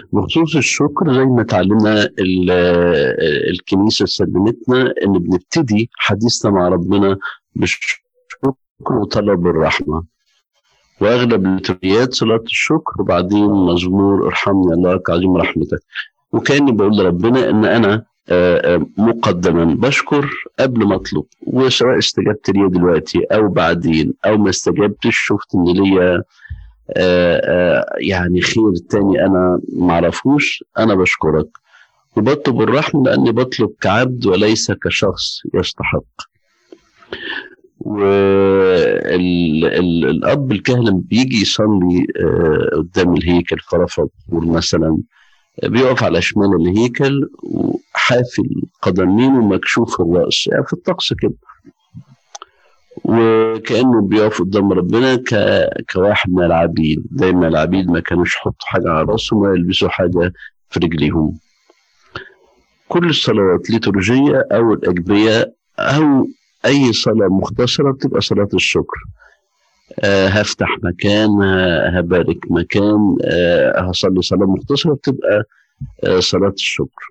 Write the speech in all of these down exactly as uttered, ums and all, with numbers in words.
بخصوص الشكر زي ما اتعلمنا الكنيسة سلمتنا ان بنبتدي حديثنا مع ربنا بالشكر وطلب الرحمة، واغلب التريات صلاة الشكر وبعدين مزمور ارحمني الله كعظيم رحمتك. وكاني بقول لربنا ان انا مقدما بشكر قبل ما اطلب، وسواء استجبت لي دلوقتي او بعدين او ما استجبتش شفت ان ليا يعني خير تاني انا معرفوش، انا بشكرك وبطلب الرحمة لاني بطلب كعبد وليس كشخص يستحق. والاب الكاهن بيجي يصلي قدام الهيكل فرفض مثلا، بيقف على شمال الهيكل وحافي القدمين ومكشوف الرأس، يعني في الطقس كده، وكأنه بيقف قدام ربنا ك... كواحد من العبيد. دايما العبيد ما كانوش يحطوا حاجة على رأسهم ولا يلبسوا حاجة في رجليهم. كل الصلوات ليتورجية أو الأجبية أو أي صلاة مختصرة بتبقى صلاة الشكر. أه هفتح مكان، هبارك مكان، أه هصلي صلاة مختصرة بتبقى أه صلاة الشكر.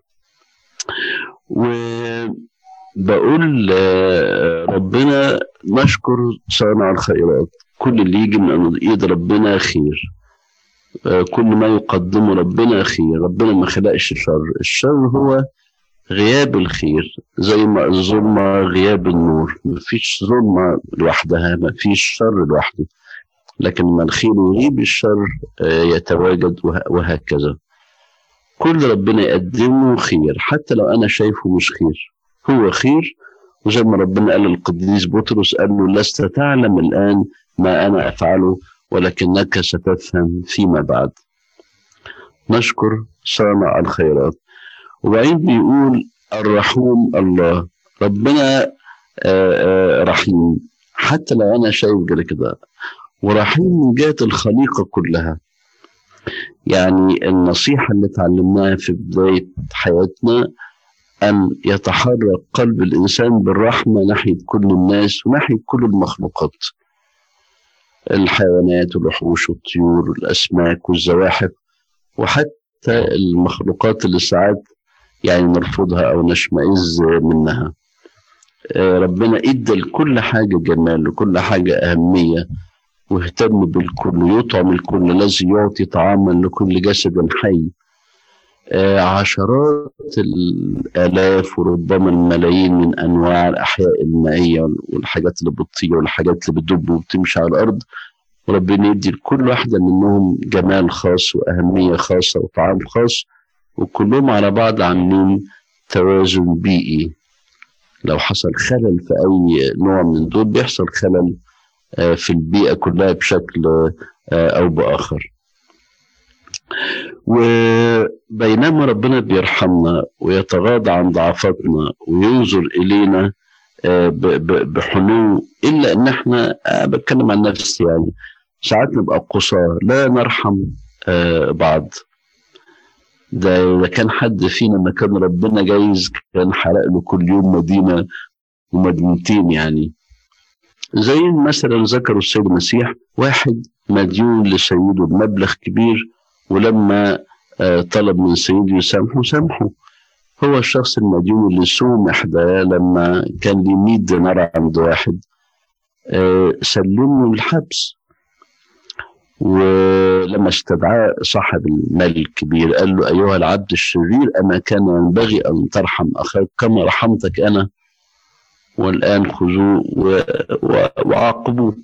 وبقول أه ربنا نشكر صانع الخيرات، كل اللي يجي من ايد ربنا خير، أه كل ما يقدمه ربنا خير. ربنا ما خلقش الشر، الشر هو غياب الخير، زي ما الظلمة غياب النور. مفيش ظلمة لوحدها، مفيش شر لوحده، لكن ما الخير يغيب الشر يتواجد، وهكذا. كل ربنا يقدمه خير حتى لو أنا شايفه مش خير، هو خير. وزي ما ربنا قال للقديس بطرس، قال له لست تعلم الآن ما أنا أفعله ولكنك ستفهم فيما بعد. نشكر صانع الخيرات. وبعدين بيقول الرحوم الله، ربنا رحيم حتى لو أنا شايف كده، ورحيم من جهة الخليقة كلها. يعني النصيحة اللي تعلمناها في بداية حياتنا أن يتحرك قلب الإنسان بالرحمة ناحية كل الناس وناحية كل المخلوقات، الحيوانات والوحوش والطيور والأسماك والزواحف، وحتى المخلوقات اللي ساعات يعني نرفضها أو نشمئز منها. ربنا إدى لكل حاجة جمال، لكل حاجة أهمية، واهتم بالكل، يطعم الكل الذي يعطي طعاما لكل جسد حي. عشرات الآلاف وربما الملايين من أنواع الأحياء المائية والحاجات اللي بتطير والحاجات اللي بتدب وبتمشي على الأرض، وربنا يدي لكل واحدة منهم جمال خاص وأهمية خاصة وطعام خاص، وكلهم على بعض عاملين توازن بيئي. لو حصل خلل في أي نوع من دول بيحصل خلل في البيئة كلها بشكل أو بآخر. وبينما ربنا بيرحمنا ويتغاضى عن ضعفاتنا وينظر إلينا بحنو، إلا إن إحنا بتكلم عن نفسي يعني ساعات نبقى قصار، لا نرحم بعض. ده إذا كان حد فينا مكان ربنا جايز كان حرق له كل يوم مدينة ومدينتين. يعني زي مثلا ذكروا السيد المسيح واحد مديون لسيده بمبلغ كبير، ولما طلب من سيده يسامحه سامحه. هو الشخص المديون اللي سومح ده لما كان ليه مية دينار عند واحد سلمه الحبس، ولما استدعاه صاحب المال الكبير قال له أيها العبد الشرير أما كان ينبغي أن ترحم أخاك كما رحمتك أنا، والآن خذوه وعاقبوه.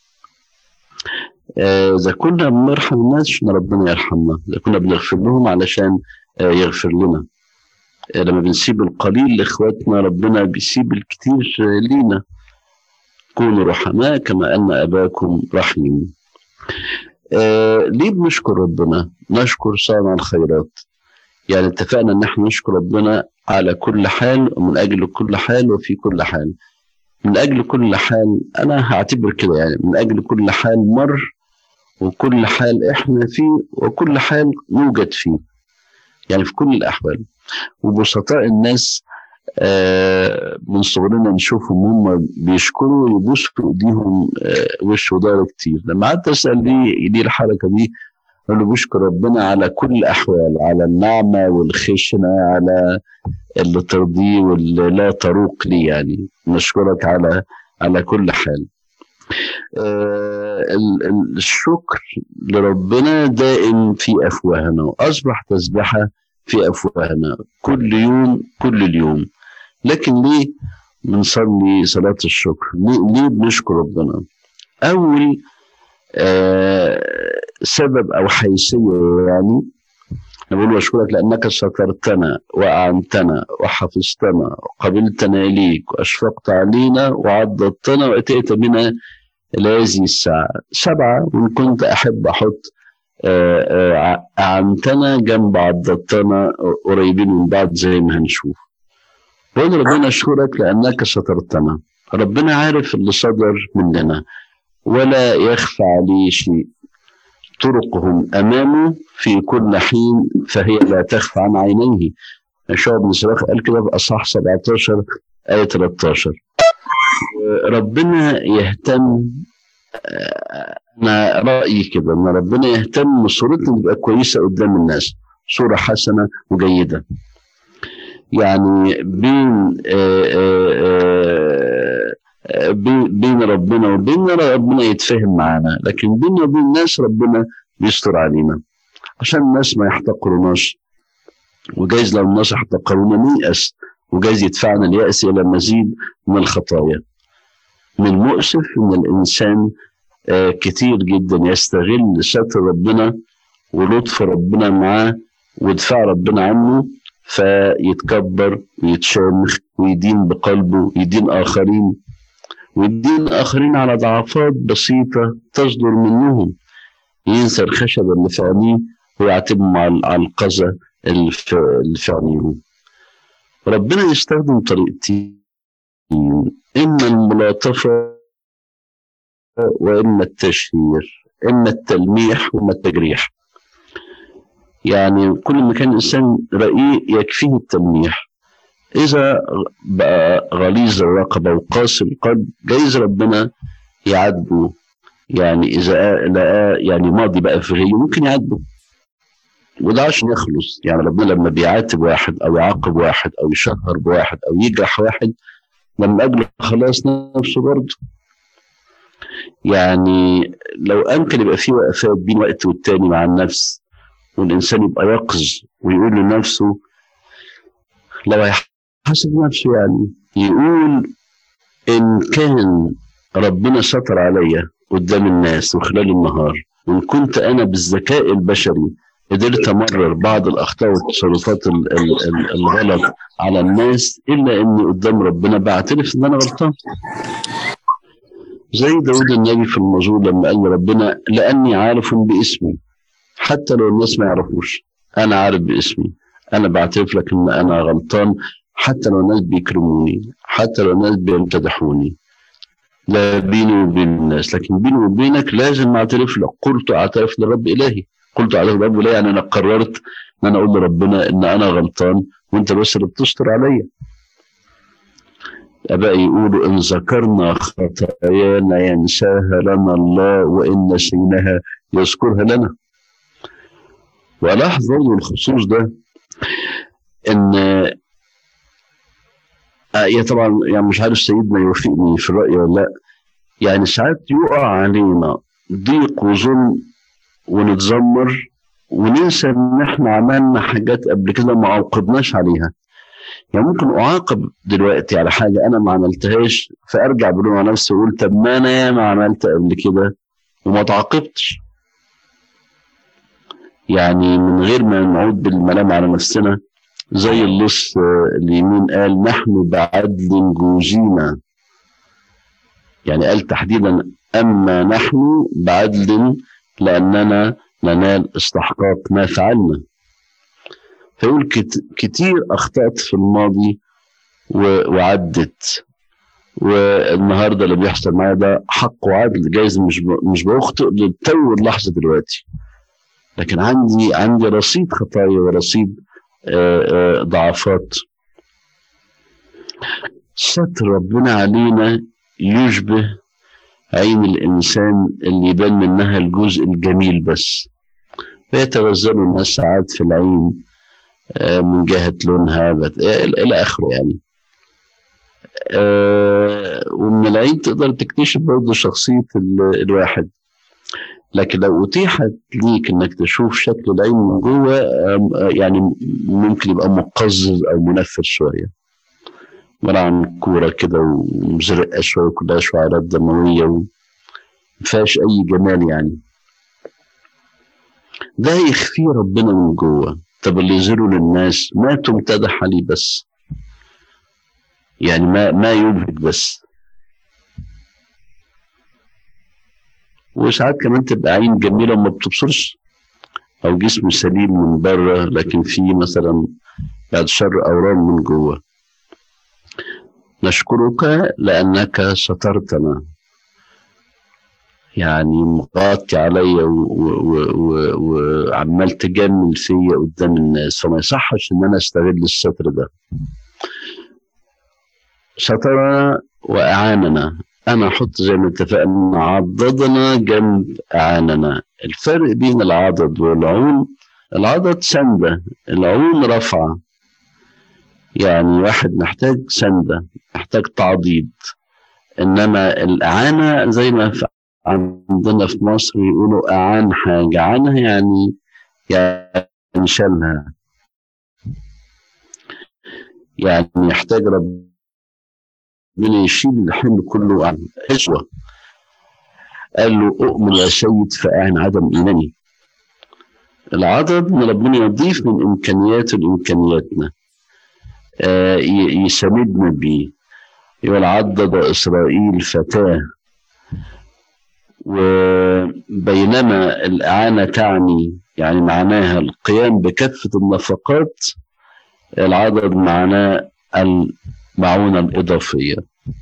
إذا كنا بنرحم الناس عشان ربنا يرحمنا، إذا كنا بنغفر لهم علشان يغفر لنا، لما بنسيب القليل لإخواتنا ربنا بيسيب الكتير لينا. كونوا رحماء كما أن أباكم رحيم. آه ليه بنشكر ربنا؟ نشكر صانع الخيرات. يعني اتفقنا ان احنا نشكر ربنا على كل حال ومن اجل كل حال وفي كل حال. من اجل كل حال انا هعتبر كده، يعني من اجل كل حال مر، وكل حال احنا فيه، وكل حال نوجد فيه، يعني في كل الاحوال. وبسطاء الناس آه من صغرنا نشوفهم هم بيشكروا يبوسوا ايديهم آه وش وضهر كتير. لما قعدت اسال ليه دي الحركه دي، اللي بيشكر ربنا على كل الأحوال، على النعمة والخشنة، على اللي ترضيه واللي لا تروق لي. يعني نشكرك على على كل حال. آه الشكر لربنا دائم في أفواهنا، وأصبح تسبحة في أفواهنا كل يوم كل اليوم. لكن ليه بنصلي صلاة الشكر؟ ليه بنشكر ربنا؟ أول آه سبب أو حيثية، يعني نقول أشكرك لأنك سترتنا وأعنتنا وحفظتنا وقبلتنا إليك وأشفقت علينا وعضدتنا وأتيت بنا إلى هذه الساعة. سبعة، وإن كنت أحب أحط أعنتنا جنب عضدتنا قريبين من بعض زي ما هنشوف. قول ربنا أشكرك لأنك سترتنا. ربنا عارف اللي صدر مننا ولا يخفى عليه شيء. طرقهم أمامه في كل حين فهي لا تخفى عن عينيه. يشوع بن سراخ قال كده في أصحاح سبعة عشر آية ثلاثة عشر. ربنا يهتم، أنا رأيي كده إن ربنا يهتم صورتنا تبقى كويسة قدام الناس، صورة حسنة وجيدة. يعني بين آآ آآ بين ربنا وبيننا ربنا يتفهم معانا، لكن بيننا وبين الناس ربنا بيستر علينا عشان الناس ما يحتقروناش. وجايز لو الناس احتقرونا نيأس، وجايز يدفعنا اليأس إلى مزيد من الخطايا. من المؤسف إن الإنسان آه كتير جدا يستغل ستر ربنا ولطف ربنا معاه ودفاع ربنا عنه، فيتكبر ويتشامخ ويدين بقلبه، يدين آخرين ويدين آخرين على ضعفات بسيطة تصدر منهم. ينسى الخشب اللي في عينيه ويعتبهم على القذى اللي في عينيهم. ربنا يستخدم طريقتين، إما الملاطفة وإما التشهير، إما التلميح وإما التجريح. يعني كل ما كان الإنسان رقيق يكفيه التلميح. إذا بقى غليظ الرقبة وقاسي القلب جايز ربنا يعاتبه. يعني إذا لقى يعني ماضي بقى في غيه ممكن يعاتبه، وده عشان يخلص. يعني ربنا لما بيعاتب واحد أو يعاقب واحد أو يشهر بواحد أو يجرح واحد لما أجل خلاص نفسه برضه. يعني لو أمكن يبقى في وقفات بين وقت والتاني مع النفس، والإنسان يبقى يقظ ويقول لنفسه، لو يحاسب نفسه يعني يقول إن كان ربنا ستر عليا قدام الناس وخلال النهار، وإن كنت أنا بالذكاء البشري قدرت أمرر بعض الأخطاء والتصرفات الغلط على الناس، إلا إني قدام ربنا بعترف إن أنا غلطان. زي داود النبي في المزمور لما قال ربنا لأني عارف باسمي، حتى لو الناس ما يعرفوش أنا عارف باسمي، أنا بعترف لك إن أنا غلطان، حتى لو الناس بيكرموني، حتى لو الناس بيمتدحوني. لا بيني وبين الناس، لكن بيني وبينك لازم أعترف لك. قلت أعترف لرب إلهي، قلت أعترف لرب إلهي، يعني أنا قررت إن أنا أقول لربنا إن أنا غلطان وأنت بس اللي بتستر عليا. أبائي يقولوا إن ذكرنا خطايانا ينساها لنا الله، وإن نسيناها يذكرها لنا. وألاحظ برضه الخصوص ده إن يا طبعا يعني مش عارف سيدنا يوافقني في الرأي ولا لا، يعني ساعات يقع علينا ضيق وظلم ونتذمر وننسى إن إحنا عملنا حاجات قبل كده ما عاقبناش عليها. يعني ممكن أعاقب دلوقتي على حاجة أنا ما عملتهاش، فأرجع بلوم على نفسي وأقول طب ما أنا يا ما عملت قبل كده وما تعاقبتش. يعني من غير ما نعود بالملام على نفسنا، زي اللص اليمين قال نحن بعدل جوزينا، يعني قال تحديدا أما نحن بعدل لأننا ننال استحقاق ما فعلنا. فيقول كتير أخطأت في الماضي وعدت، والنهارده اللي بيحصل معايا ده حق وعدل. جايز مش مش بأخطئ للتو اللحظة دلوقتي، لكن عندي عندي رصيد خطايا ورصيد ضعفات. ستر ربنا علينا يشبه عين الإنسان اللي يبان منها الجزء الجميل بس، فيتغزلوا الناس ساعات في العين من جهة لونها إلى آخره يعني. ومن العين تقدر تكتشف برضه شخصية الواحد. لكن لو أتيحت ليك إنك تشوف شكل العين من جوه يعني ممكن يبقى مقزز أو منفر شوية، عبارة عن كورة كده ومزرقة شوية وكلها شعيرات دموية ومفيهاش أي جمال يعني. ده يخفي ربنا من جوه. طب اللي يظهروا للناس ما تمتدح عليه بس، يعني ما ما يبهج بس. وساعات كمان تبقى عين جميلة وما بتبصرش، أو جسم سليم من بره لكن فيه مثلا بعد شر أورام من جوه. نشكرك لأنك سترتنا، يعني مغطي عليا وعمال تجمل فيا قدام الناس، فما يصحش ان انا استغل الستر ده. سترنا واعاننا. انا احط زي ما اتفقنا عضدنا جنب اعاننا. الفرق بين العضد والعون، العضد سندة، العون رفعة. يعني واحد محتاج سندة، محتاج تعضيد. انما الاعانة زي ما عندنا في مصر يقولوا أعان حاجة، عنها يعني يعني شالها، يعني يحتاج ربنا يشيل الحمل كله عن حسوة. قال له أؤمن يا سيد فأعن عدم إيماني. العدد من ربنا يضيف من إمكانياته لإمكانياتنا، آه يساندنا بيه. يقول عضد إسرائيل فتاه. وبينما الإعانة تعني يعني معناها القيام بكافة النفقات، العدد معناه المعونة الإضافية.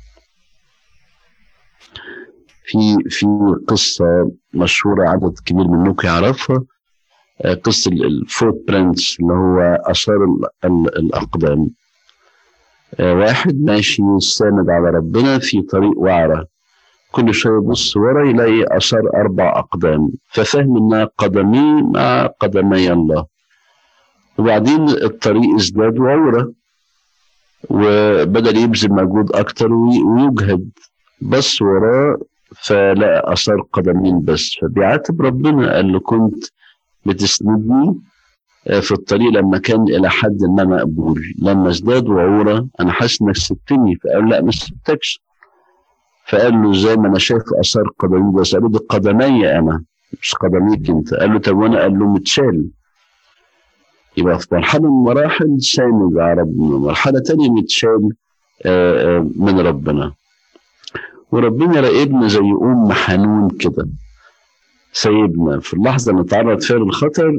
في في قصة مشهورة عدد كبير منكم يعرفها، قصة الفوت برينتس اللي هو آثار الأقدام. واحد ماشي ساند على ربنا في طريق وعرة، كل شوية يبص ورا يلاقي أثر أربع أقدام، ففهم إنها قدمي مع قدمي الله. وبعدين الطريق ازداد وعورة وبدأ يبذل مجهود أكتر ويجهد، بص وراه فلقى أثر قدمين بس، فبيعاتب ربنا. قال له كنت بتسندني في الطريق لما كان إلى حد ما مقبول، لما ازداد وعورة أنا حاسس إنك سبتني. فقال لا ما سبتكش. فقال له زي ما انا شايف اثار قدمي بس. قال له دي قدمي انا مش قدميك انت. قال له طب وانا؟ قال له متشال. يبقى في مرحله من المراحل ساند على ربنا، مرحله تانية متشال من ربنا. وربنا راقبنا زي ام حنون كده، سايبنا في اللحظه اللي نتعرض فيها للخطر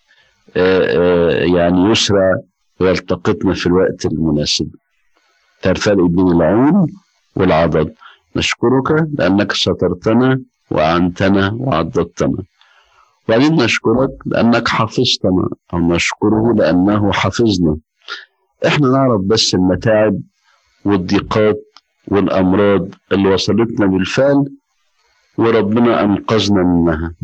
يعني يسرع ويلتقطنا في الوقت المناسب. ده الفرق بين العون والعضد. نشكرك لأنك سترتنا وأعنتنا وعضدتنا. وبعدين نشكرك لأنك حفظتنا، أو نشكره لأنه حفظنا. إحنا نعرف بس المتاعب والضيقات والأمراض اللي وصلتنا بالفعل وربنا أنقذنا منها،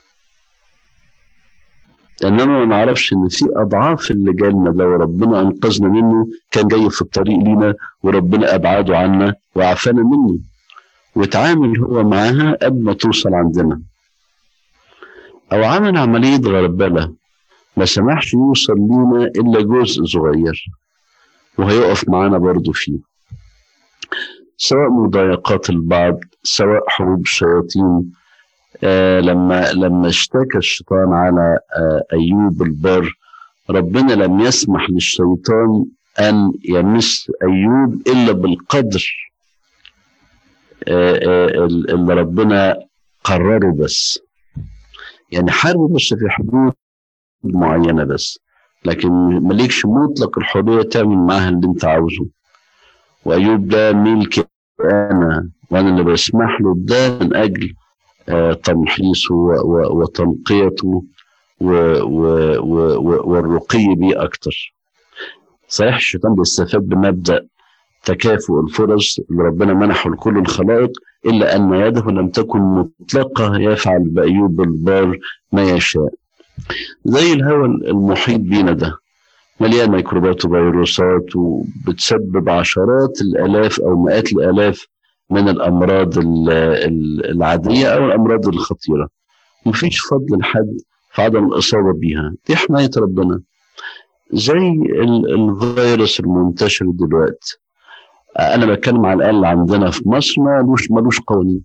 إنما ما نعرفش إن في أضعاف اللي جالنا ده وربنا أنقذنا منه كان جاي في الطريق لينا وربنا أبعده عنا وعافانا منه، وتعامل هو معاها قبل ما توصل عندنا. أو عمل عملية غربلة ما سمحش يوصل لينا إلا جزء صغير وهيقف معانا برضو فيه، سواء مضايقات البعض، سواء حروب الشياطين. آه لما لما اشتكى الشيطان على آه أيوب البار، ربنا لم يسمح للشيطان أن يمس أيوب إلا بالقدر آه آه اللي ربنا قرره بس. يعني حاربه بس في حدود معينة بس، لكن مليكش مطلق الحرية تعمل معاها اللي انت عاوزه. وأيوب ده ملكي أنا، وأنا اللي بسمح له ده من أجل آه تمحيصه وتنقيته والرقي بيه أكتر. صحيح الشيطان بيستفاد بمبدأ تكافؤ الفرص اللي ربنا منحه لكل الخلائق، إلا أن يده لم تكن مطلقة يفعل بأيوب البار ما يشاء. زي الهواء المحيط بينا ده مليان ميكروبات وفيروسات، وبتسبب عشرات الآلاف أو مئات الآلاف من الأمراض العادية أو الأمراض الخطيرة. مفيش فضل لحد في عدم الإصابة بيها، دي حماية ربنا. زي الفيروس المنتشر دلوقتي، أنا بتكلم على الأقل عندنا في مصر ملوش ملوش قوانين.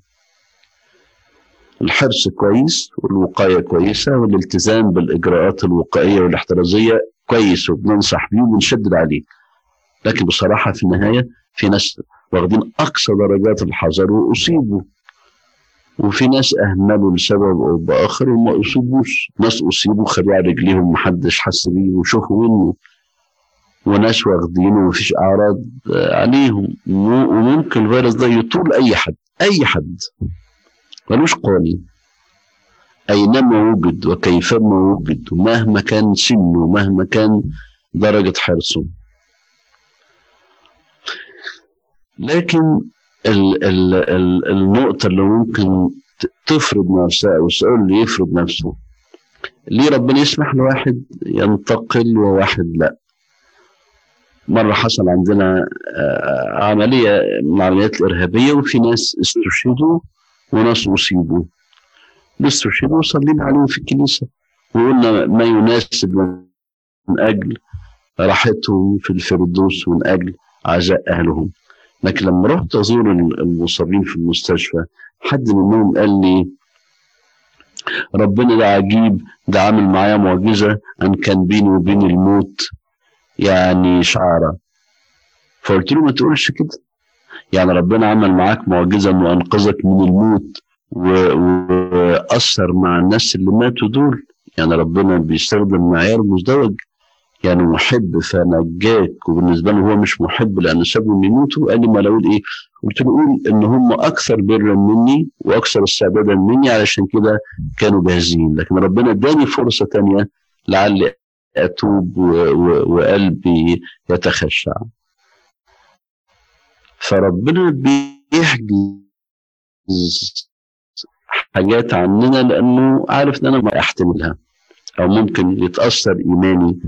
الحرص كويس والوقاية كويسة والالتزام بالإجراءات الوقائية والاحترازية كويس وبننصح بيه وبنشدد عليه، لكن بصراحة في النهاية في ناس واخدين أقصى درجات الحذر وأصيبوا، وفي ناس أهملوا لسبب أو بآخر وما أصيبوش. ناس أصيبوا خدوا على رجليهم محدش حس بيه وشوفوا منه، وناس واخدينه ومفيش أعراض عليهم. وممكن الفيروس ده يطول أي حد أي حد ملوش قوانين، أينما وجد وكيفما وجد ومهما كان سنه ومهما كان درجة حرصه. لكن ال ال ال النقطة اللي ممكن تفرض نفسها، أو السؤال اللي يفرض نفسه، ليه ربنا يسمح لواحد ينتقل وواحد لا؟ مرة حصل عندنا عملية من العمليات الإرهابية وفي ناس استشهدوا وناس أصيبوا. الاستشهدوا وصلينا عليهم في الكنيسة وقلنا ما يناسب من أجل راحتهم في الفردوس ومن أجل عزاء أهلهم. لكن لما رحت أزور المصابين في المستشفى، حد منهم قال لي ربنا ده عجيب، ده عامل معايا معجزة أن كان بيني وبين الموت يعني شعرة. فقلت له ما تقولش كده، يعني ربنا عمل معاك معجزة أنه أنقذك من الموت وأثر مع الناس اللي ماتوا دول، يعني ربنا بيستخدم معيار مزدوج، يعني محب فنجاك، وبالنسبة له هو مش محب لأنه سابهم يموتوا. قال لي ما لو إيه؟ قلت له قول إن هم أكثر برا مني وأكثر استعدادا مني، علشان كده كانوا جاهزين، لكن ربنا اداني فرصة تانية لعلي أتوب وقلبي يتخشع. فربنا بيحجز حاجات عننا لأنه عارف إن أنا ما أحتملها، أو ممكن يتأثر إيماني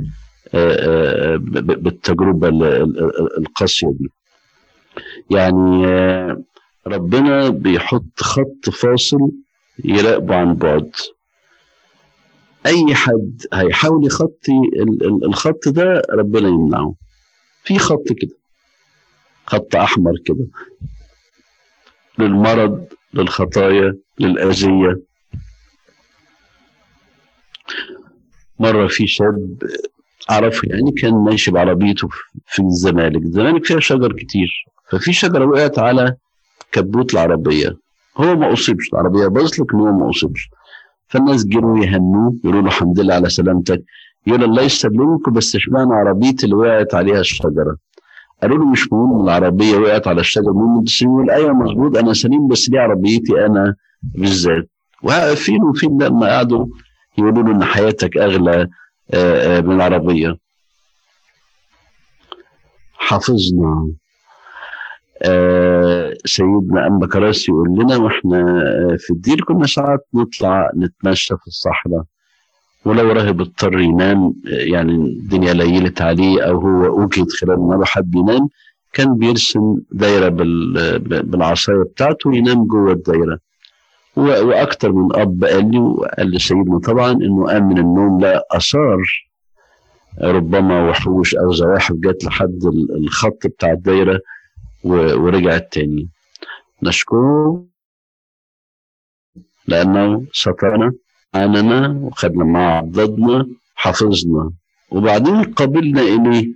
بالتجربة القاسية دي. يعني ربنا بيحط خط فاصل يراقبه عن بعد. أي حد هيحاول يخطي الخط ده ربنا يمنعه. في خط كده، خط أحمر كده للمرض، للخطايا، للأذية. مرة في شاب أعرفه يعني كان ماشي بعربيته في الزمالك، الزمالك فيها شجر كتير، ففي شجرة وقعت على كبوت العربية، هو ما أصيبش، العربية باظت لكن هو ما أصيبش. فالناس جروا يهنوه يقولوا له الحمد لله على سلامتك، يقول الله يسلمك بس اشمعنى عربيتي اللي وقعت عليها الشجرة؟ قالوا له مش مهم العربية وقعت على الشجرة، المهم تسليم. الآية مظبوط أنا سليم، بس دي عربيتي أنا بالذات. وفين وفين لما قعدوا يقولوا له إن حياتك أغلى من العربية. حافظنا سيدنا أنبا كراسي يقول لنا واحنا في الدير كنا ساعات نطلع نتمشى في الصحراء، ولو راهب اضطر ينام، يعني الدنيا ليلت عليه او هو وجد خلال النهار حب ينام، كان بيرسم دايره بالعصايه بتاعته ينام جوه الدايره. واكتر من اب قال لي وقال لسيدنا طبعا انه قام من النوم لا اثار ربما وحوش او زواحف جت لحد الخط بتاع الدايره ورجعت تاني. نشكره لانه سترنا عننا وخدنا معه عضدنا حفظنا، وبعدين قبلنا إليه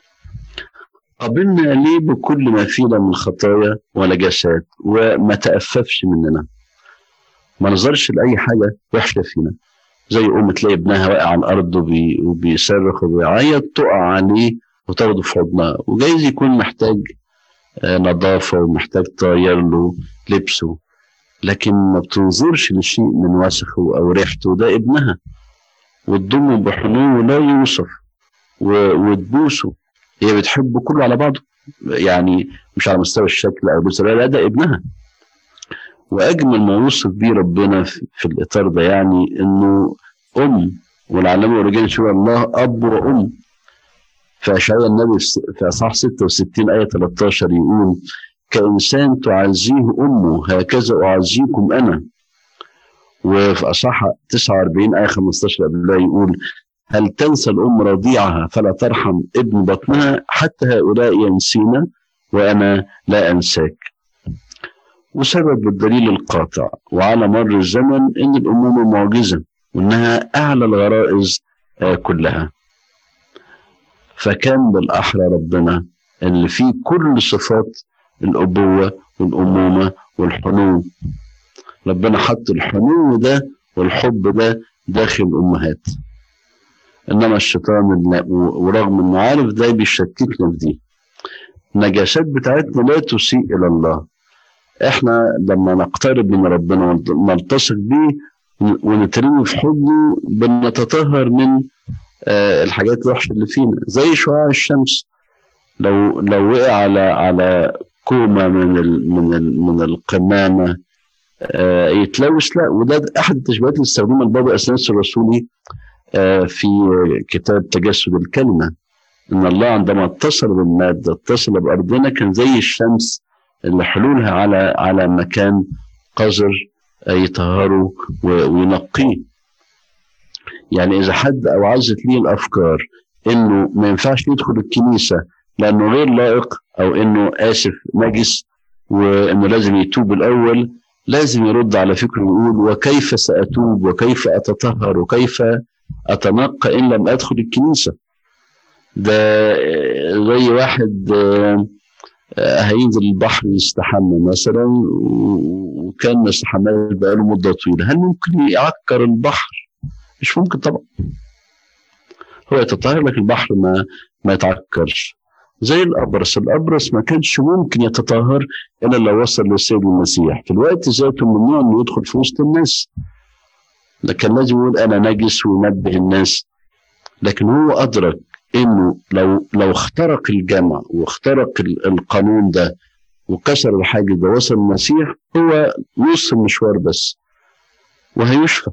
قبلنا إليه بكل ما فينا من خطايا ونجاسات، وما تأففش مننا، ما نظرش لأي حاجة وحشة فينا. زي أم تلاقي ابنها واقع على الأرض وبي وبيصرخ وبيعيط، تقع عليه وتاخده في حضنها، وجايز يكون محتاج نظافة ومحتاج تغير له لبسه، لكن ما بتنظرش لشيء من وسخه أو ريحته، ده ابنها، وتضمه بحنوه لا يوصف وتبوسه، هي بتحبه كله على بعضه، يعني مش على مستوى الشكل أو بس، لا ده ابنها. وأجمل ما وصف بيه ربنا في الإطار ده يعني إنه أم والعلامة أوريجين شو الله أب وأم. فأشعياء النبي في أصحاح ستة وستين آية ثلاثة عشر يقول: كإنسان تعزيه أمه هكذا أعزيكم أنا. وفي أصحاح تسعة وأربعين آية خمسة عشر قبلها يقول: هل تنسى الأم رضيعها فلا ترحم ابن بطنها؟ حتى هؤلاء ينسينا وأنا لا أنساك. وسبب الدليل القاطع وعلى مر الزمن إن الأمومة معجزة، وإنها أعلى الغرائز كلها. فكان بالأحرى ربنا اللي فيه كل صفات الأبوة والأمومة والحنو. ربنا حط الحنو ده والحب ده داخل الأمهات. إنما الشيطان ورغم إنه عارف ده بيشككنا في دي. النجاسات بتاعتنا لا تسيء إلى الله. إحنا لما نقترب من ربنا ونلتصق بيه ونترمي في حضنه بنتطهر من آه الحاجات الوحشة اللي فينا، زي شعاع الشمس. لو لو وقع على على كومة من ال من ال من القمامة آه يتلوث. لا، وده أحد التشبيهات اللي استخدمها البابا أثناسيوس الرسولي آه في كتاب تجسد الكلمة، إن الله عندما اتصل بالمادة اتصل بأرضنا كان زي الشمس اللي حلولها على على مكان قذر يطهره وينقيه. يعني إذا حد أوعزت لي الأفكار إنه ما ينفعش يدخل الكنيسة لأنه غير لائق، أو إنه آسف نجس، وإنه لازم يتوب الأول، لازم يرد على فكره ويقول: وكيف سأتوب وكيف أتطهر وكيف أتنقى إن لم أدخل الكنيسة؟ ده زي واحد هينزل البحر يستحمى مثلا وكان ما استحماش بقاله مدة طويلة، هل ممكن يعكر البحر؟ مش ممكن طبعا. هو يتطهر لك البحر ما ما يتعكرش. زي الأبرص، الأبرص ما كانش ممكن يتطهر إلا لو وصل للسيد المسيح. في الوقت ذاته ممنوع إنه يدخل في وسط الناس، لكن لازم يقول أنا نجس وينبه الناس. لكن هو أدرك إنه لو لو اخترق الجمع واخترق القانون ده وكسر الحاجز ده وصل المسيح، هو نص المشوار بس وهيشفى.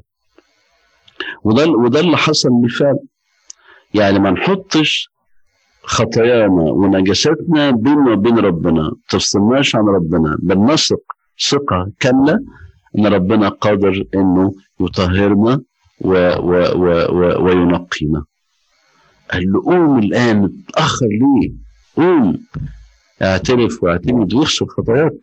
وده وده اللي حصل بالفعل. يعني ما نحطش خطايانا ونجاساتنا بيننا وبين ربنا، ما تفصلناش عن ربنا، بل نثق ثقة كاملة إن ربنا قادر إنه يطهرنا و و و و وينقينا. قال له: قوم الآن، تأخر ليه؟ قوم اعترف واعتمد واغسل خطاياك.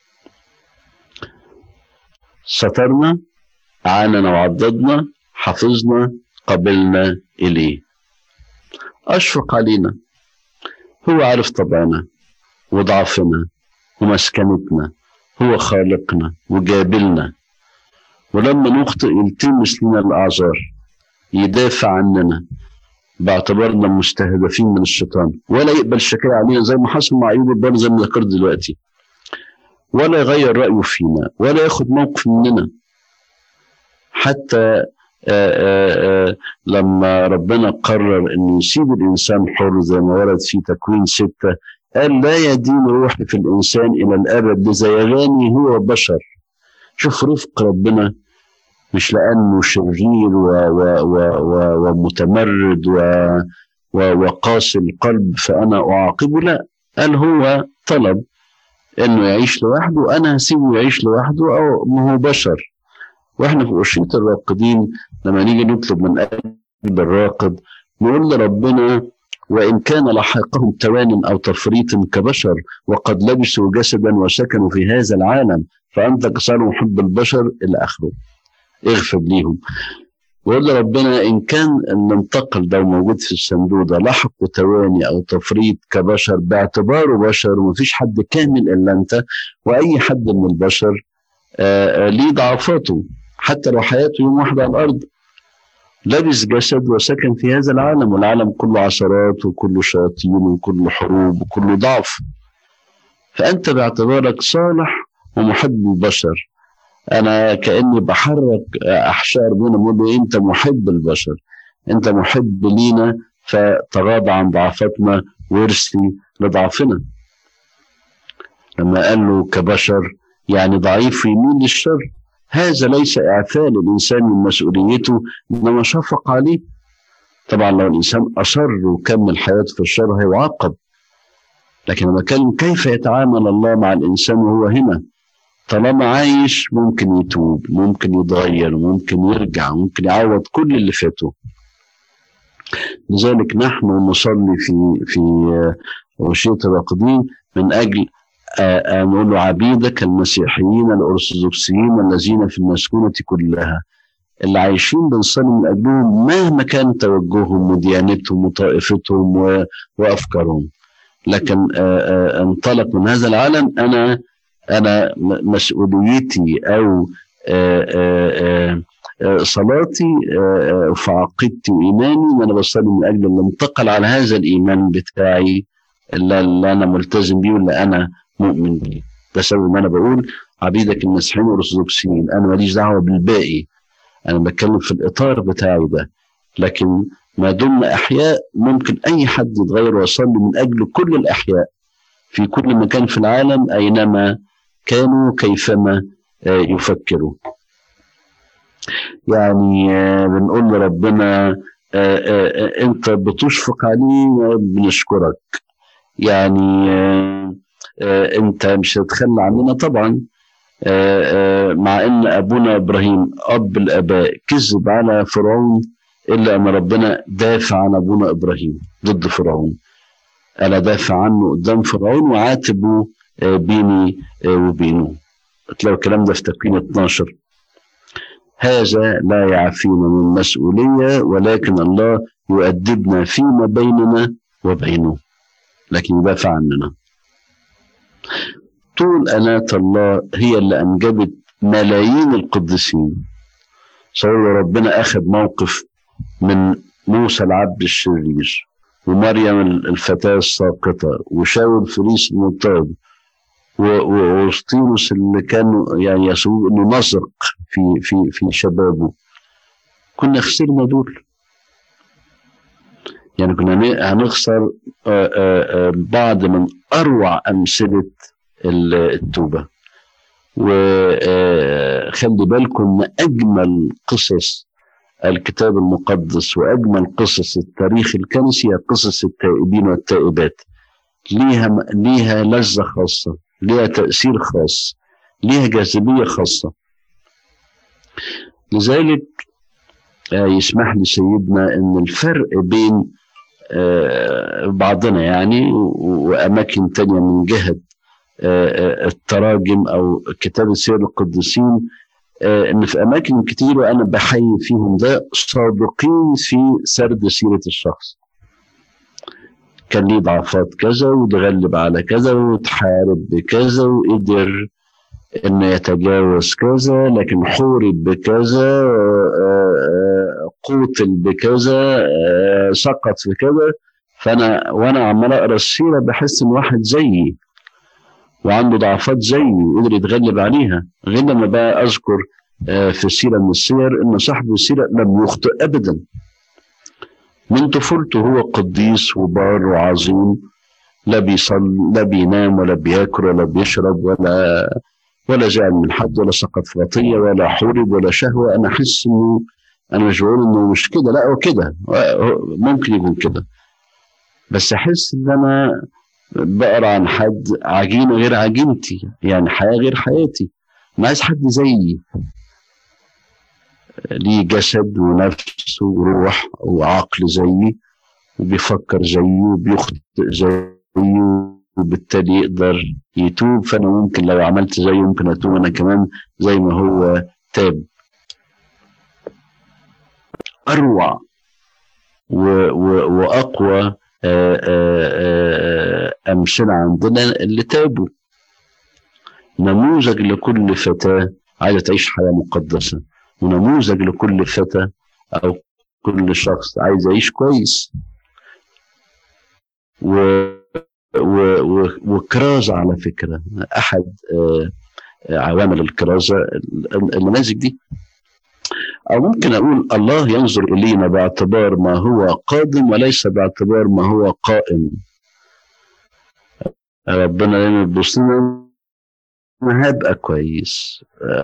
سترنا، عاننا وعضدنا، حفظنا، قبلنا إليه، أشفق علينا. هو عارف طبعنا وضعفنا ومسكنتنا، هو خالقنا وجابلنا، ولما نخطئ يلتمس لنا الأعذار، يدافع عننا باعتبارنا مستهدفين من الشيطان، ولا يقبل شكاية علينا زي ما حصل مع أيوب البار زي ما ذكرت دلوقتي، ولا يغير رأيه فينا، ولا ياخد موقف مننا. حتى آآ آآ لما ربنا قرر أن يسيب الإنسان حر زي ما ورد في تكوين ستة، قال: لا يدين روحي في الإنسان إلى الأبد لزيغاني هو بشر. شوف رفق ربنا، مش لأنه شرير ومتمرد وقاسي القلب فأنا أعاقبه، لا، قال هو طلب أنه يعيش لوحده وأنا هسيبه يعيش لوحده، أو ما هو بشر. وإحنا في أشرية الراقدين لما نيجي نطلب من قلب الراقد نقول لربنا: وإن كان لحقهم توان أو تفريط كبشر وقد لبسوا جسدا وسكنوا في هذا العالم فأنت كسر محب البشر إلى آخره، اغفر ليهم. ويقول لربنا: إن كان المنتقل ده موجود في الصندوق ده لحقه تواني أو تفريط كبشر باعتباره بشر، ومفيش حد كامل إلا أنت، وأي حد من البشر آه ليه ضعفاته، حتى لو حياته يوم واحد على الأرض، لبس جسد وسكن في هذا العالم، والعالم كله عثرات وكله شياطين وكله حروب وكله ضعف. فأنت باعتبارك صالح ومحب البشر، أنا كأني بحرك أحشاء ربنا بقول له: أنت محب البشر، أنت محب لينا، فتغاضى عن ضعفتنا وارثي لضعفنا. لما قال له كبشر يعني ضعيف يميل للشر، هذا ليس إعفاء للإنسان من مسؤوليته، إنما شفق عليه. طبعا لو الإنسان أصر وكمل حياته في الشر هيعاقب، لكن أنا بتكلم كيف يتعامل الله مع الإنسان وهو هنا. طالما عايش ممكن يتوب، ممكن يتغير، ممكن يرجع، ممكن يعوض كل اللي فاته. لذلك نحن نصلي في في عشية الراقدين من أجل أن نقول له عبيدك المسيحيين الأرثوذكسيين الذين في المسكونة كلها، اللي عايشين بنصلي من أجلهم مهما كان توجههم وديانتهم وطائفتهم وأفكارهم. لكن انطلق من هذا العالم، أنا أنا مسؤوليتي أو صلاتي وعقيدتي وإيماني إن أنا بصلي من أجل اللي انتقل على هذا الإيمان بتاعي اللي, اللي أنا ملتزم بيه واللي أنا مؤمن بيه. ده سبب ما أنا بقول عبيدك المسيحيين والأرثوذكسيين، أنا ماليش دعوة بالباقي، أنا بتكلم في الإطار بتاعي ده. لكن ما دمنا أحياء ممكن أي حد يتغير ويصلي من أجل كل الأحياء في كل مكان في العالم أينما كانوا كيفما يفكروا. يعني بنقول لربنا أنت بتشفق علينا، بنشكرك. يعني أنت مش هتخلى عننا طبعا، مع أن أبونا إبراهيم أب الآباء كذب على فرعون، إلا أن ربنا دافع عن أبونا إبراهيم ضد فرعون. أنا دافع عنه قدام فرعون وعاتبه بيني وبينه. تلاقوا الكلام ده في تكوين اتناشر. هذا لا يعفينا من المسؤولية، ولكن الله يؤدبنا فيما بيننا وبينه، لكن يدافع عننا. طول أناة الله هي اللي أنجبت ملايين القديسين. صور ربنا أخذ موقف من موسى العبد الشرير، ومريم الفتاة الساقطة، وشاول فريس المضطهد، وأسطيروس اللي كانوا يعني يسوع انه نزق في في في شبابه. كنا خسرنا دول، يعني كنا هنخسر بعض من اروع امثله التوبه. وخلي بالكم ان اجمل قصص الكتاب المقدس واجمل قصص التاريخ الكنسي هي قصص التائبين والتائبات. ليها ليها لذة خاصة، ليها تأثير خاص، ليها جاذبية خاصة. لذلك يسمح لي سيدنا ان الفرق بين بعضنا يعني وأماكن تانية من جهة التراجم أو كتاب سير القديسين، ان في أماكن كتير وأنا بحيي فيهم ده صادقين في سرد سيرة الشخص. كان ليه ضعفات كذا وتغلب على كذا وتحارب بكذا وقدر انه يتجاوز كذا، لكن حورب بكذا، قتل بكذا، سقط في كذا. فانا وانا عمال اقرا السيره بحس ان واحد زيي وعنده ضعفات زيي وقدر يتغلب عليها. غير لما بقى اذكر في سيره من السير ان صاحب السيره لم يخطئ ابدا، من طفولته هو قديس وبار وعظيم، لا بيصلي لا بينام ولا بياكل ولا بيشرب ولا ولا زعل من حد ولا سقط في خطيه ولا حورب ولا شهوه. انا احس انه انا مش بقول انه مش كده، لا هو كده، ممكن يكون كده، بس احس ان انا بقرا عن حد عجينه غير عجينتي، يعني حياه غير حياتي. انا عايز حد زيي، ليه جسد ونفس وروح وعقل زيي، وبيفكر زيي وبيخطئ زيي، وبالتالي يقدر يتوب. فأنا ممكن لو عملت زيه ممكن أتوب أنا كمان زي ما هو تاب. أروع وأقوى أمثلة عندنا اللي تابوا. نموذج لكل فتاة عايزة تعيش حياة مقدسة، ونموذج لكل فتى أو كل شخص عايز يعيش كويس. و وكرازة على فكرة أحد عوامل الكرازة النماذج دي. أو ممكن أقول الله ينظر إلينا باعتبار ما هو قادم وليس باعتبار ما هو قائم. ربنا لما يبص لنا أنا هبقى كويس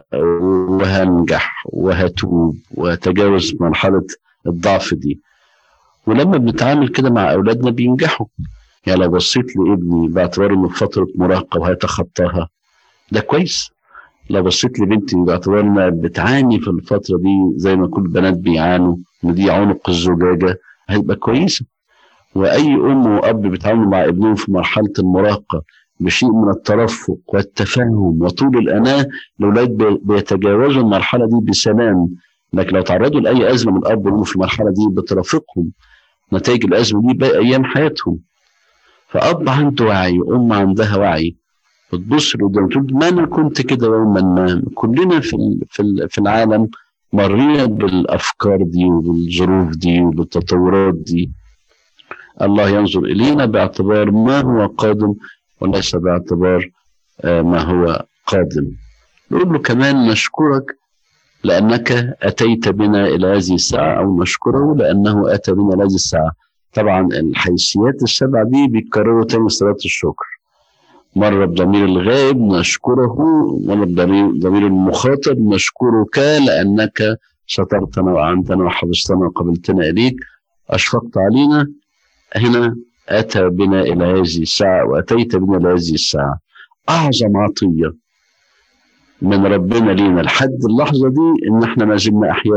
وهنجح وهتوب وهتجاوز مرحلة الضعف دي. ولما بنتعامل كده مع أولادنا بينجحوا. يعني لو بصيت لابني باعتباره إنه في فترة مراهقة وهيتخطاها، ده كويس. لو بصيت لبنتي باعتبار إنها بتعاني في الفترة دي زي ما كل البنات بيعانوا، ودي عنق الزجاجة، هيبقى كويسة. وأي أم وأب بيتعاملوا مع ابنهم في مرحلة المراهقة بشيء من الترفق والتفاهم وطول الأناة، الأولاد بيتجاوزوا المرحلة دي بسلام. لكن لو تعرضوا لأي أزمة من الأب والأم في المرحلة دي بترافقهم نتائج الأزمة دي باقي أيام حياتهم. فأب عنده وعي وأم عندها وعي، بتبص لقدام تقول ما أنا كنت كده يوما ما. كلنا في في في العالم مرينا بالأفكار دي وبالظروف دي وبالتطورات دي. الله ينظر إلينا باعتبار ما هو قادم وليس باعتبار ما هو قادم. نقول له كمان نشكرك لأنك أتيت بنا إلى هذه الساعة، أو نشكره لأنه أتى بنا إلى هذه الساعة. طبعا الحيثيات السبعة دي بيتكرروا تاني صلاة الشكر، مرة بضمير الغائب نشكره، مرة بضمير المخاطب نشكرك لأنك سترتنا وأعنتنا وحفظتنا وقبلتنا إليك، أشفقت علينا. هنا أتى بنا إلى هذه الساعة وأتيت بنا إلى هذه الساعة. أعظم عطية من ربنا لينا لحد اللحظة دي إن إحنا ما زلنا أحياء.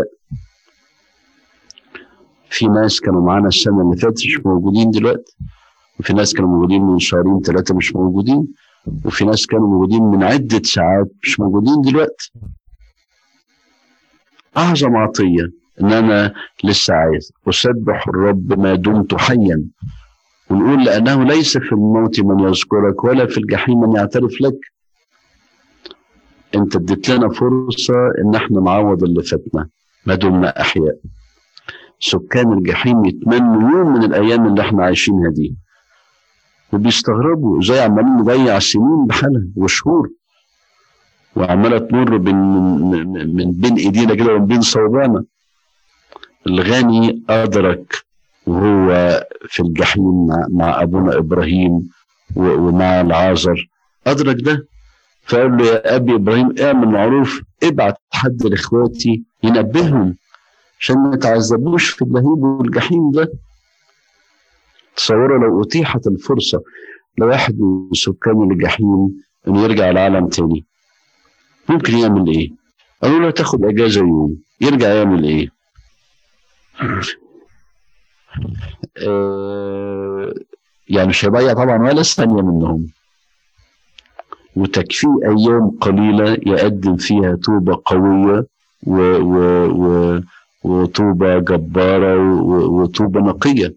في ناس كانوا معانا السنة اللي فاتت مش موجودين دلوقتي، وفي ناس كانوا موجودين من شهرين ثلاثة مش موجودين، وفي ناس كانوا موجودين من عدة ساعات مش موجودين دلوقتي. أعظم عطية إن أنا لسه عايز أسبح الرب ما دمت حيا، ونقول لأنه ليس في الموت من يذكرك ولا في الجحيم من يعترف لك. أنت اديت لنا فرصة إن احنا نعوض اللي فاتنا ما دمنا أحياء. سكان الجحيم يتمنوا يوم من الأيام اللي احنا عايشينها دي، وبيستغربوا ازاي عمالين نضيع سنين بحالها وشهور وعمالة تمر بين من بين ايدينا كده ومن بين صوابعنا. الغني أدرك وهو في الجحيم مع, مع أبونا إبراهيم ومع العازر، أدرك ده، فقال له يا أبي إبراهيم اعمل معروف، ابعت حد لإخواتي ينبههم عشان ما يتعذبوش في اللهيب والجحيم ده. تصوروا لو أتيحت الفرصة لواحد من سكان الجحيم إنه يرجع العالم تاني، ممكن يعمل إيه؟ قالوا له تاخد أجازة يوم، يرجع يعمل إيه؟ آه يعني مش هيضيع طبعا ولا ثانية منهم، وتكفيه أيام قليلة يقدم فيها توبة قوية و و و وتوبة جبارة وتوبة نقية.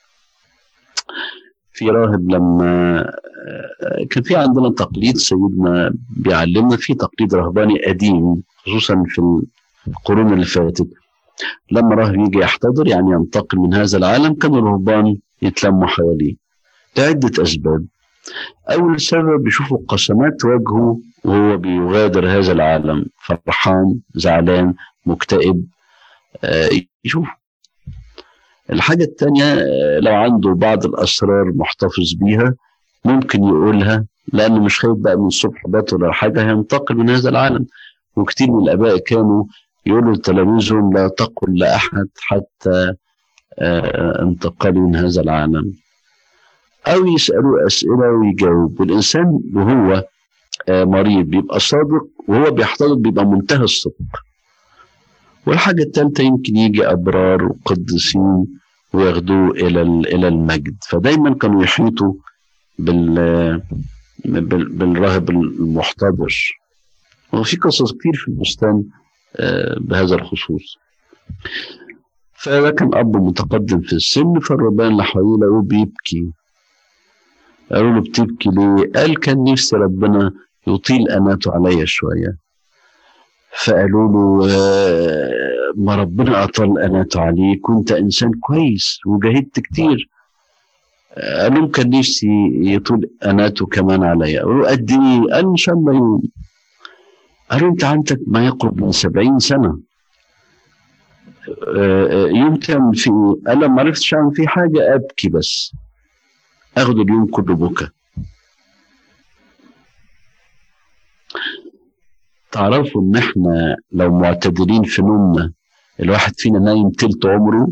في راهب لما كان في عندنا تقليد سيدنا بيعلمنا، في تقليد رهباني قديم خصوصا في القرون اللي فاتت، لما راهب يجي يحتضر يعني ينتقل من هذا العالم كانوا الرهبان يتلموا حواليه لعدة أسباب. أول سبب بيشوفوا قسمات وجهه وهو بيغادر هذا العالم، فرحان زعلان مكتئب، آه يشوف. الحاجة التانية لو عنده بعض الأسرار محتفظ بيها ممكن يقولها، لأنه مش خايف بقى من الصبح بات ولا حاجة هينتقل من هذا العالم. وكتير من الآباء كانوا يقولوا لتلاميذهم لا تقل لأحد حتى آه انتقلوا من هذا العالم، أو يسألوا أسئلة ويجاوب. والإنسان وهو آه مريض بيبقى صادق، وهو بيحتضر بيبقى منتهى الصدق. والحاجة الثالثة يمكن يجي أبرار وقديسين وياخدوه إلى إلى المجد. فدايما كانوا يحيطوا بال بالراهب المحتضر، وفي قصص كتير في البستان بهذا الخصوص. فده كان أب متقدم في السن، فالرهبان اللي حواليه لقوه بيبكي. قالوا له بتبكي ليه؟ قال كان نفسي ربنا يطيل أناته عليا شوية. فقالوا له ما ربنا أطال أناته عليك، كنت إنسان كويس وجاهدت كتير. قال لهم كان نفسي يطول أناته كمان عليا. قالوا قدني؟ قال إن شاء الله يوم. قالوا أنت عندك ما يقرب من سبعين سنة، يوم تعمل فيه إيه؟ قال ما عرفتش أعمل فيه حاجة، أبكي بس، أخذ اليوم كله بكى. تعرفوا ان احنا لو معتدلين في نومنا الواحد فينا نايم تلت عمره.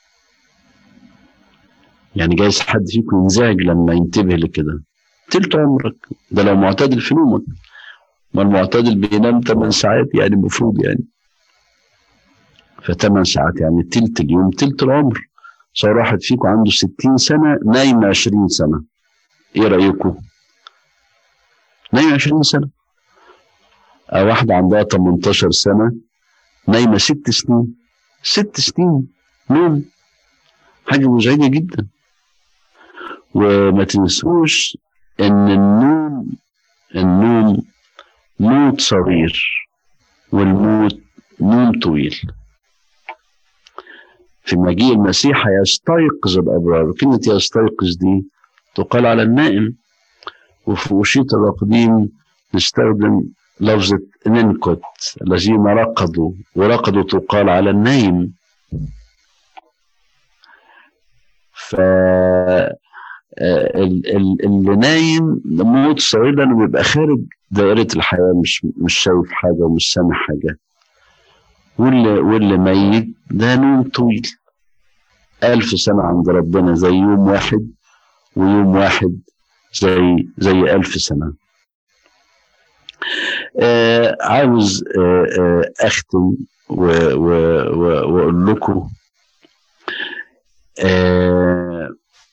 يعني جايز حد فيكم ينزعج لما ينتبه لكده، تلت عمرك ده لو معتدل في نومك. ما المعتدل بينام ثمان ساعات يعني المفروض يعني، فثمان ساعات يعني تلت اليوم تلت العمر. صار واحد فيكم عنده ستين سنة نايم عشرين سنة، ايه رأيكم؟ نايم عشرين سنة. أو واحدة عندها تمنتاشر سنة نايمة ست سنين، ست سنين نوم، حاجة مزعجة جدا. وما تنسوش ان النوم النوم موت صغير والموت نوم طويل. في مجيء المسيح يستيقظ الأبرار، كلمة يستيقظ دي تقال على النائم، وفي أشيط الراقدين نستخدم لفظة ننكت، الذين رقدوا، ورقدوا تقال على النايم. ف اللي نايم موت صغير لأنه بيبقى خارج دائرة الحياة، مش مش شايف حاجة ومش سامع حاجة. واللي واللي ميت ده نوم طويل. ألف سنة عند ربنا زي يوم واحد، ويوم واحد زي زي ألف سنة. آه عاوز آه آه أختم وأقول لكم آه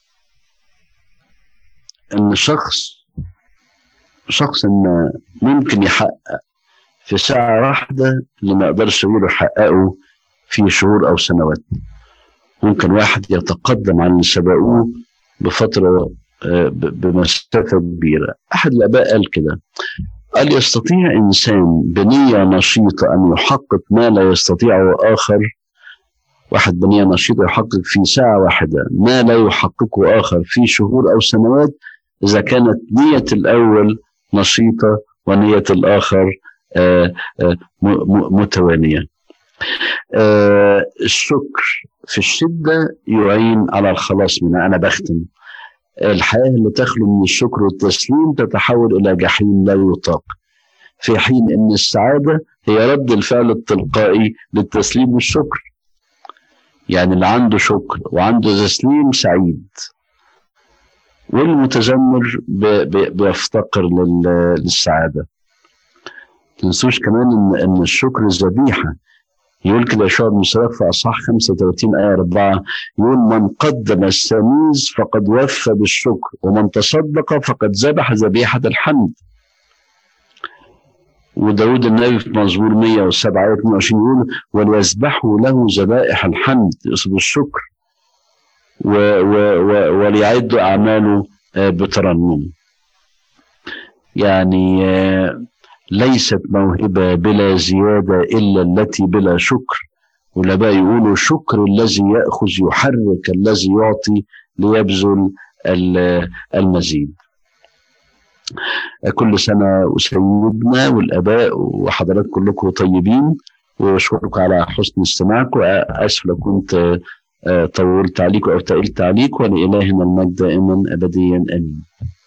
إن شخص شخص إن ممكن يحقق في ساعة واحدة اللي ما يقدرش غيره يحققه في شهور أو سنوات. ممكن واحد يتقدم عن اللي سبقوه بفترة بمسافة كبيرة. أحد الآباء قال كده، قال يستطيع إنسان بنية نشيطة أن يحقق ما لا يستطيعه آخر. واحد بنية نشيطة يحقق في ساعة واحدة ما لا يحققه آخر في شهور أو سنوات، إذا كانت نية الأول نشيطة ونية الآخر آآ آآ متوانية. الشكر في الشدة يعين على الخلاص منها. أنا بختم، الحياة اللي تخلو من الشكر والتسليم تتحول إلى جحيم لا يطاق، في حين أن السعادة هي رد الفعل التلقائي للتسليم والشكر. يعني اللي عنده شكر وعنده تسليم سعيد، والمتذمر بيفتقر للسعادة. تنسوش كمان إن, إن الشكر ذبيحة. يقول كده يشوع بن سراخ في أصحاح خمسة وثلاثين آية أربعة، يقول من قدم السميز فقد وفى بالشكر، ومن تصدق فقد ذبح ذبيحة الحمد. وداود النبي في مزمور مئة وسبعة آية اثنين وعشرين يقول وليذبحوا له ذبائح الحمد، يقصد الشكر، وليعدوا أعماله بترنم. يعني ليست موهبة بلا زيادة إلا التي بلا شكر. والآباء يقولوا شكر الذي يأخذ يحرك الذي يعطي ليبذل المزيد. كل سنة وسيدنا والآباء وحضرات كلكم طيبين، وأشكركم على حسن استماعكم. أسف لو كنت طولت عليكم أو تقلت عليكم، ولإلهنا المجد دائما أبديا آمين.